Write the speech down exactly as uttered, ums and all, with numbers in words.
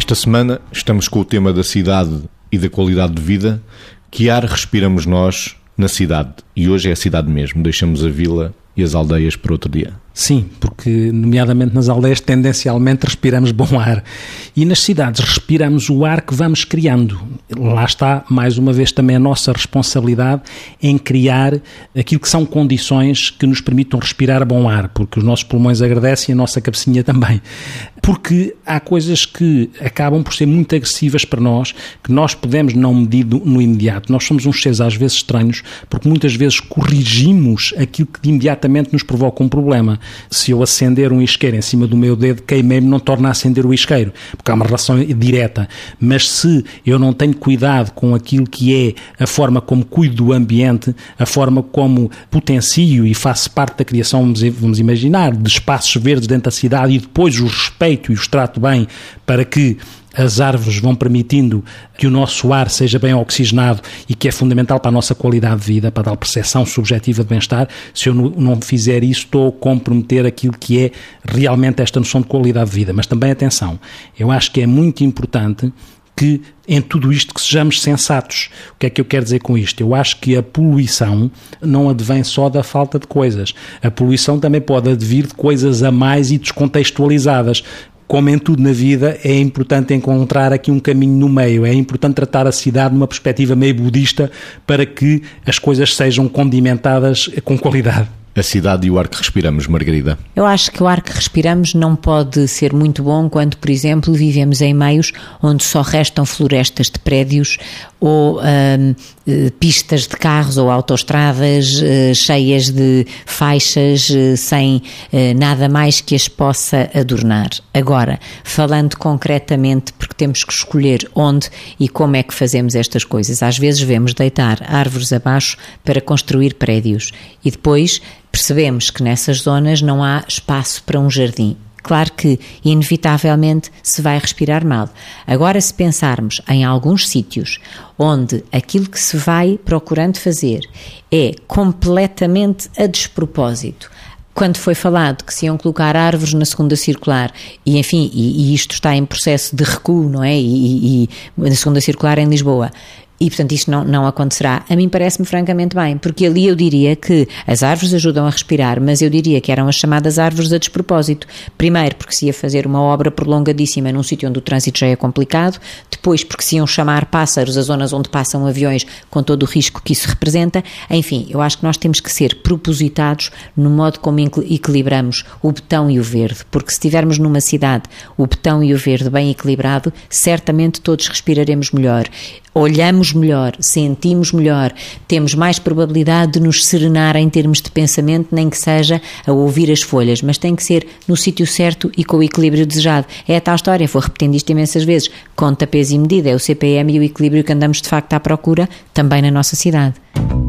Esta semana estamos com o tema da cidade e da qualidade de vida. Que ar respiramos nós na cidade? E hoje é a cidade mesmo. Deixamos a vila e as aldeias para outro dia. Sim, porque nomeadamente nas aldeias tendencialmente respiramos bom ar e nas cidades respiramos o ar que vamos criando. Lá está, mais uma vez, também a nossa responsabilidade em criar aquilo que são condições que nos permitam respirar bom ar, porque os nossos pulmões agradecem e a nossa cabecinha também. Porque há coisas que acabam por ser muito agressivas para nós, que nós podemos não medir no imediato. Nós somos uns seres às vezes estranhos, porque muitas vezes corrigimos aquilo que de imediatamente nos provoca um problema. Se eu acender um isqueiro em cima do meu dedo, queimei-me, não torna a acender o isqueiro, porque há uma relação direta. Mas se eu não tenho cuidado com aquilo que é a forma como cuido do ambiente, a forma como potencio e faço parte da criação, vamos imaginar, de espaços verdes dentro da cidade e depois os respeito e os trato bem para que as árvores vão permitindo que o nosso ar seja bem oxigenado e que é fundamental para a nossa qualidade de vida, para a tal percepção subjetiva de bem-estar. Se eu não fizer isso, estou a comprometer aquilo que é realmente esta noção de qualidade de vida. Mas também, atenção, eu acho que é muito importante que em tudo isto que sejamos sensatos. O que é que eu quero dizer com isto? Eu acho que a poluição não advém só da falta de coisas. A poluição também pode advir de coisas a mais e descontextualizadas. Como em tudo na vida, é importante encontrar aqui um caminho no meio, é importante tratar a cidade numa perspectiva meio budista para que as coisas sejam condimentadas com qualidade. A cidade e o ar que respiramos, Margarida? Eu acho que o ar que respiramos não pode ser muito bom quando, por exemplo, vivemos em meios onde só restam florestas de prédios ou hum, pistas de carros ou autoestradas uh, cheias de faixas uh, sem uh, nada mais que as possa adornar. Agora, falando concretamente, porque temos que escolher onde e como é que fazemos estas coisas. Às vezes vemos deitar árvores abaixo para construir prédios e depois percebemos que nessas zonas não há espaço para um jardim. Claro que, inevitavelmente, se vai respirar mal. Agora, se pensarmos em alguns sítios onde aquilo que se vai procurando fazer é completamente a despropósito, quando foi falado que se iam colocar árvores na segunda circular, e enfim, e, e isto está em processo de recuo, não é? E, e, e na segunda circular em Lisboa. E, portanto, isto não, não acontecerá. A mim parece-me francamente bem, porque ali eu diria que as árvores ajudam a respirar, mas eu diria que eram as chamadas árvores a despropósito. Primeiro, porque se ia fazer uma obra prolongadíssima num sítio onde o trânsito já é complicado. Depois, porque se iam chamar pássaros a zonas onde passam aviões, com todo o risco que isso representa. Enfim, eu acho que nós temos que ser propositados no modo como equilibramos o betão e o verde, porque se tivermos numa cidade o betão e o verde bem equilibrado, certamente todos respiraremos melhor. Olhamos melhor, sentimos melhor, temos mais probabilidade de nos serenar em termos de pensamento, nem que seja a ouvir as folhas, mas tem que ser no sítio certo e com o equilíbrio desejado. É a tal história, vou repetindo isto imensas vezes, conta, peso e medida, é o C P M e o equilíbrio que andamos de facto à procura também na nossa cidade.